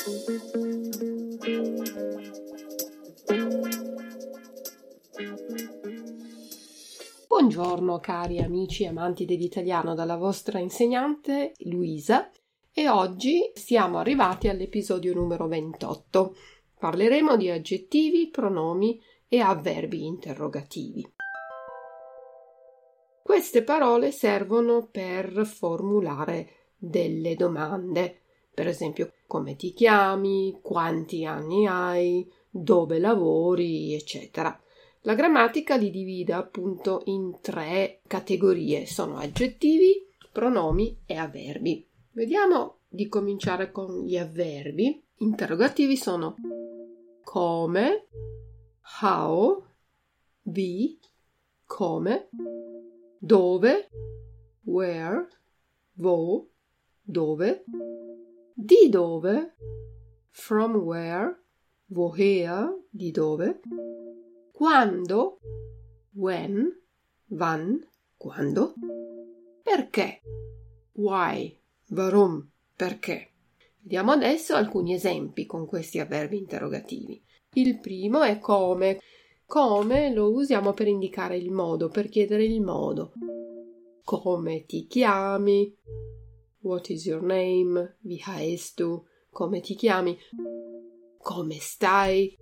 Buongiorno cari amici e amanti dell'italiano dalla vostra insegnante Luisa e oggi siamo arrivati all'episodio numero 28. Parleremo di aggettivi, pronomi e avverbi interrogativi. Queste parole servono per formulare delle domande, per esempio come ti chiami, quanti anni hai, dove lavori, eccetera. La grammatica li divide appunto in 3 categorie, sono aggettivi, pronomi e avverbi. Vediamo di cominciare con gli avverbi. Interrogativi sono come, how, wie, come, dove, where, wo, dove, di dove, from where, woher, di dove, quando, when, wann, quando, perché, why, warum, perché. Vediamo adesso alcuni esempi con questi avverbi interrogativi. Il primo è come. Come lo usiamo per indicare il modo, per chiedere il modo. Come ti chiami? What is your name? Wie heißt du? Come ti chiami? Come stai?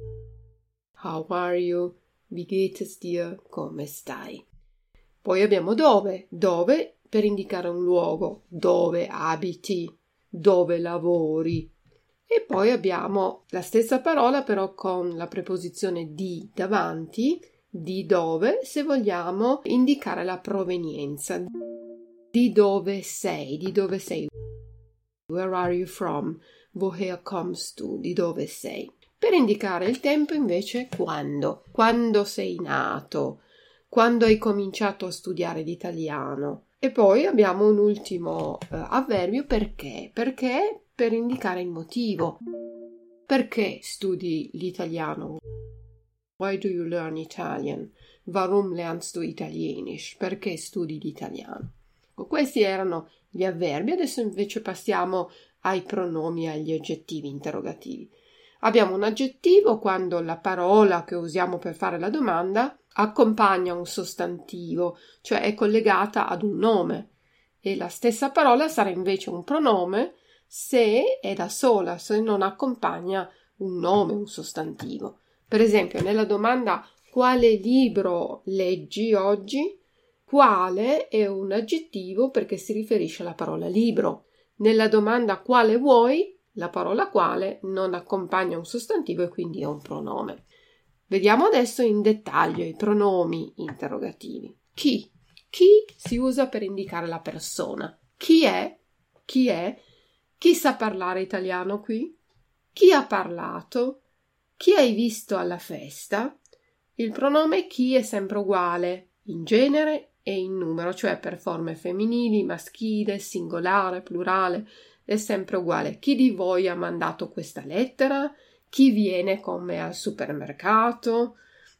How are you? Wie geht es dir? Come stai? Poi abbiamo dove. Dove per indicare un luogo. Dove abiti? Dove lavori? E poi abbiamo la stessa parola però con la preposizione di davanti, di dove, se vogliamo indicare la provenienza. Di dove sei? Di dove sei? Where are you from? Woher kommst du? Di dove sei? Per indicare il tempo invece quando. Quando sei nato? Quando hai cominciato a studiare l'italiano? E poi abbiamo un ultimo avverbio perché. Perché per indicare il motivo. Perché studi l'italiano? Why do you learn Italian? Warum lernst du Italienisch? Perché studi l'italiano? Questi erano gli avverbi, adesso invece passiamo ai pronomi e agli aggettivi interrogativi. Abbiamo un aggettivo quando la parola che usiamo per fare la domanda accompagna un sostantivo, cioè è collegata ad un nome, e la stessa parola sarà invece un pronome se è da sola, se non accompagna un nome, un sostantivo. Per esempio, nella domanda quale libro leggi oggi? Quale è un aggettivo perché si riferisce alla parola libro. Nella domanda quale vuoi? La parola quale non accompagna un sostantivo e quindi è un pronome. Vediamo adesso in dettaglio i pronomi interrogativi. Chi? Chi si usa per indicare la persona. Chi è? Chi è? Chi sa parlare italiano qui? Chi ha parlato? Chi hai visto alla festa? Il pronome chi è sempre uguale, in genere e in numero, cioè per forme femminili, maschile, singolare, plurale, è sempre uguale. Chi di voi ha mandato questa lettera? Chi viene con me al supermercato?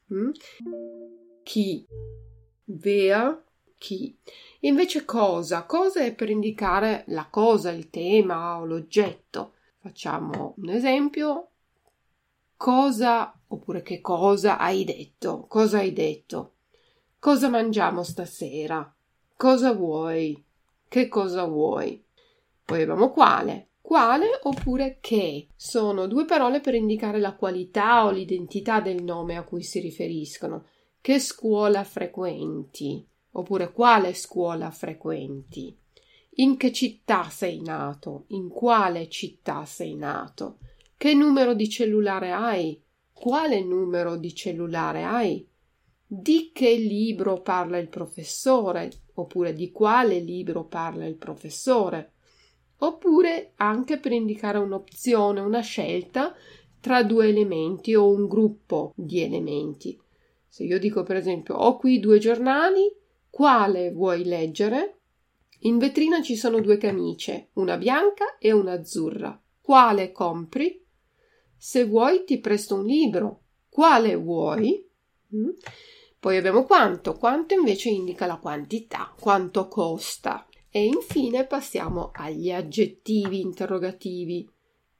Chi? Wer? Chi? Invece cosa? Cosa è per indicare la cosa, il tema o l'oggetto. Facciamo un esempio. Cosa oppure che cosa hai detto? Cosa hai detto? Cosa mangiamo stasera? Cosa vuoi? Che cosa vuoi? Poi abbiamo quale. Quale oppure che sono 2 parole per indicare la qualità o l'identità del nome a cui si riferiscono. Che scuola frequenti? Oppure quale scuola frequenti? In che città sei nato? In quale città sei nato? Che numero di cellulare hai? Quale numero di cellulare hai? Di che libro parla il professore? Oppure di quale libro parla il professore? Oppure anche per indicare un'opzione, una scelta tra 2 elementi o un gruppo di elementi. Se io dico per esempio ho qui 2 giornali, quale vuoi leggere? In vetrina ci sono 2 camicie, una bianca e una azzurra. Quale compri? Se vuoi ti presto un libro. Quale vuoi? Poi abbiamo quanto. Quanto invece indica la quantità, quanto costa. E infine passiamo agli aggettivi interrogativi.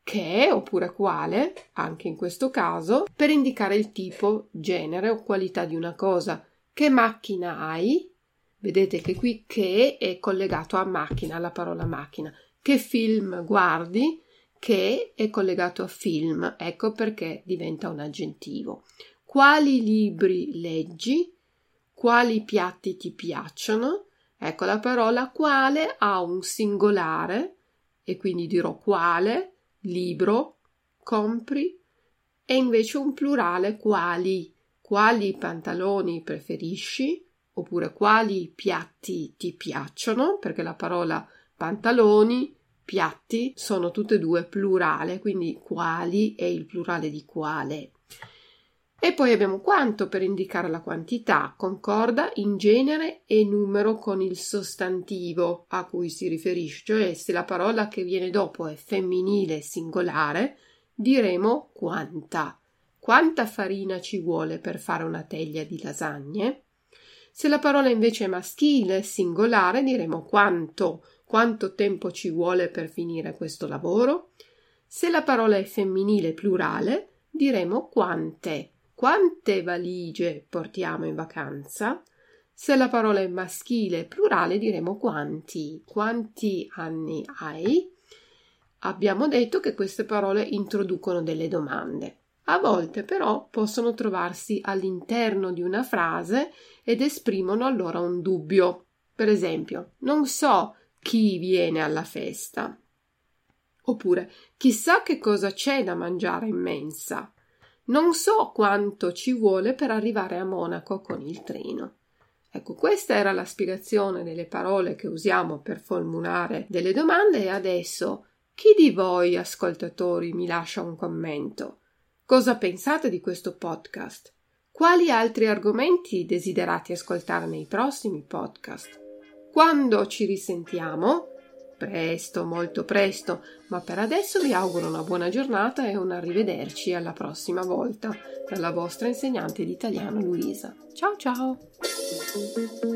che oppure quale, anche in questo caso, per indicare il tipo, genere o qualità di una cosa. Che macchina hai? Vedete che qui che è collegato a macchina, alla parola macchina. Che film guardi? Che è collegato a film, ecco perché diventa un aggettivo. Quali libri leggi? Quali piatti ti piacciono? Ecco, la parola quale ha un singolare e quindi dirò quale, libro, compri, e invece un plurale quali. Quali pantaloni preferisci? Oppure quali piatti ti piacciono? Perché la parola pantaloni, piatti sono tutte e due plurale, quindi quali è il plurale di quale. E poi abbiamo quanto per indicare la quantità, concorda in genere e numero con il sostantivo a cui si riferisce, cioè se la parola che viene dopo è femminile e singolare, diremo quanta. Quanta farina ci vuole per fare una teglia di lasagne? Se la parola invece è maschile e singolare, diremo quanto. Quanto tempo ci vuole per finire questo lavoro? Se la parola è femminile plurale, diremo quante. Quante valigie portiamo in vacanza? Se la parola è maschile plurale, diremo quanti. Quanti anni hai? Abbiamo detto che queste parole introducono delle domande. A volte però possono trovarsi all'interno di una frase ed esprimono allora un dubbio. Per esempio, non so chi viene alla festa. Oppure, chissà che cosa c'è da mangiare in mensa. Non so quanto ci vuole per arrivare a Monaco con il treno. Ecco, questa era la spiegazione delle parole che usiamo per formulare delle domande e adesso chi di voi ascoltatori mi lascia un commento? Cosa pensate di questo podcast? Quali altri argomenti desiderate ascoltare nei prossimi podcast? Quando ci risentiamo? Presto, molto presto, ma per adesso vi auguro una buona giornata e un arrivederci alla prossima volta dalla vostra insegnante di italiano Luisa. Ciao ciao!